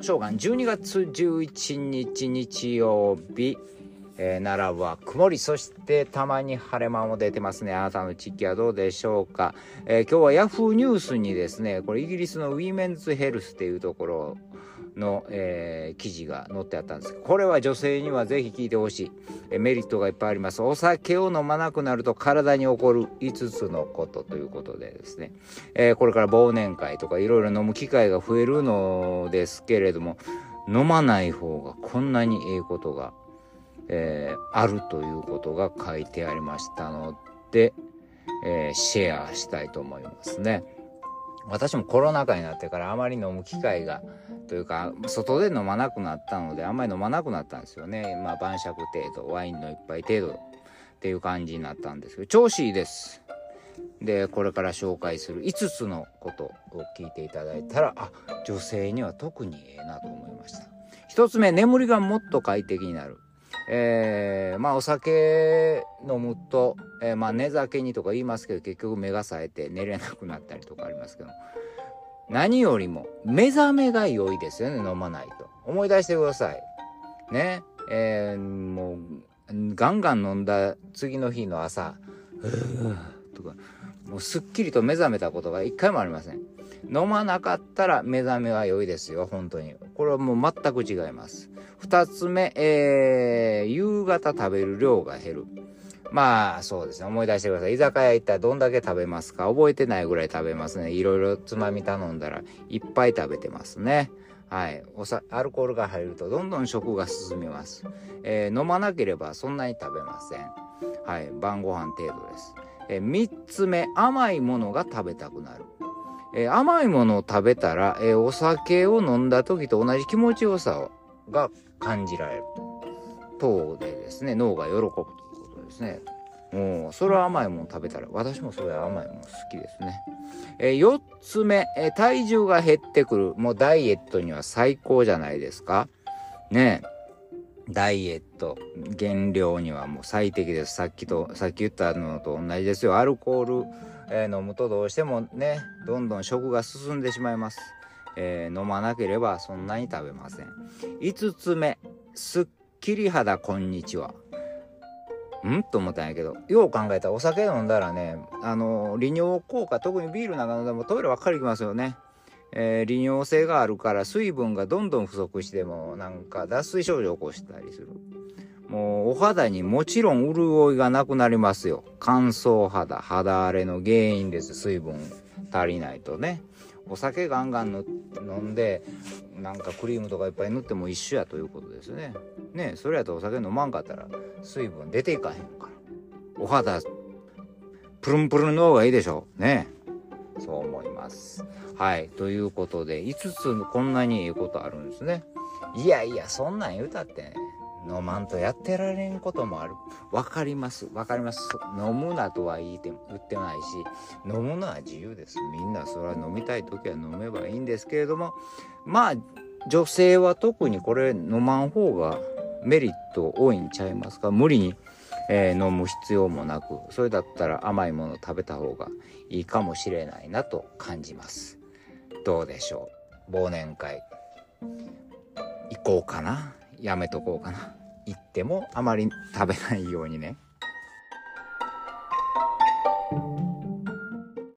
小寒12月11日日曜日、奈良は曇り、そしてたまに晴れ間も出てますね。あなたの地域はどうでしょうか。今日はヤフーニュースにですね、これイギリスのウィメンズヘルスっていうところの、記事が載ってあったんですけど、これは女性にはぜひ聞いてほしい、メリットがいっぱいあります。お酒を飲まなくなると体に起こる5つのことということでですね、これから忘年会とかいろいろ飲む機会が増えるのですけれども、飲まない方がこんなにええことが、あるということが書いてありましたので、シェアしたいと思いますね。私もコロナ禍になってからあまり飲む機会がというか、外で飲まなくなったのであんまり飲まなくなったんですよね。晩酌程度、ワインの一杯程度っていう感じになったんですけど、調子いいです。で、これから紹介する5つのことを聞いていただいたら、女性には特にええなと思いました。1つ目、眠りがもっと快適になる。お酒飲むと、寝酒にとか言いますけど、結局目が冴えて寝れなくなったりとかありますけど、何よりも目覚めが良いですよね。飲まないと。思い出してくださいね。もうガンガン飲んだ次の日の朝とか、もうすっきりと目覚めたことが一回もありません。飲まなかったら目覚めは良いですよ、本当に。これはもう全く違います。2つ目、夕方食べる量が減る。そうですね、思い出してください。居酒屋行ったらどんだけ食べますか？覚えてないぐらい食べますね。いろいろつまみ頼んだらいっぱい食べてますね。はい、アルコールが入るとどんどん食が進みます。飲まなければそんなに食べません。はい、晩ご飯程度です。3つ目、甘いものが食べたくなる。甘いものを食べたら、お酒を飲んだ時と同じ気持ちよさが感じられるとでですね、脳が喜ぶということですね。もうそれは甘いもの食べたら、私もそれは甘いもの好きですね。4つ目、体重が減ってくる。もうダイエットには最高じゃないですかね。ダイエット減量にはもう最適です。さっき言ったのと同じですよ。アルコール、飲むとどうしてもね、どんどん食が進んでしまいます。飲まなければそんなに食べません。5つ目、すっきり肌こんにちは。と思ったんやけど、よう考えたらお酒飲んだらね、利尿効果、特にビールなんか飲んでもトイレばっかり行きますよね。利尿性があるから水分がどんどん不足してもなんか脱水症状を起こしたりする。もうお肌にもちろん潤いがなくなりますよ。乾燥肌荒れの原因です。水分足りないとね。お酒ガンガン飲んでなんかクリームとかいっぱい塗っても一緒やということですね。それやとお酒飲まんかったら水分出ていかへんから、お肌プルンプルンの方がいいでしょね。そう思います。はい、ということで5つこんなにいいことあるんですね。いやそんなん言うたってね、飲まんとやってられんこともある。わかります。飲むなとは言ってないし、飲むのは自由です。みんなそれは飲みたい時は飲めばいいんですけれども、女性は特にこれ飲まん方がメリット多いんちゃいますか。無理に、飲む必要もなく、それだったら甘いもの食べた方がいいかもしれないなと感じます。どうでしょう。忘年会行こうかな、やめとこうかな。行ってもあまり食べないようにね。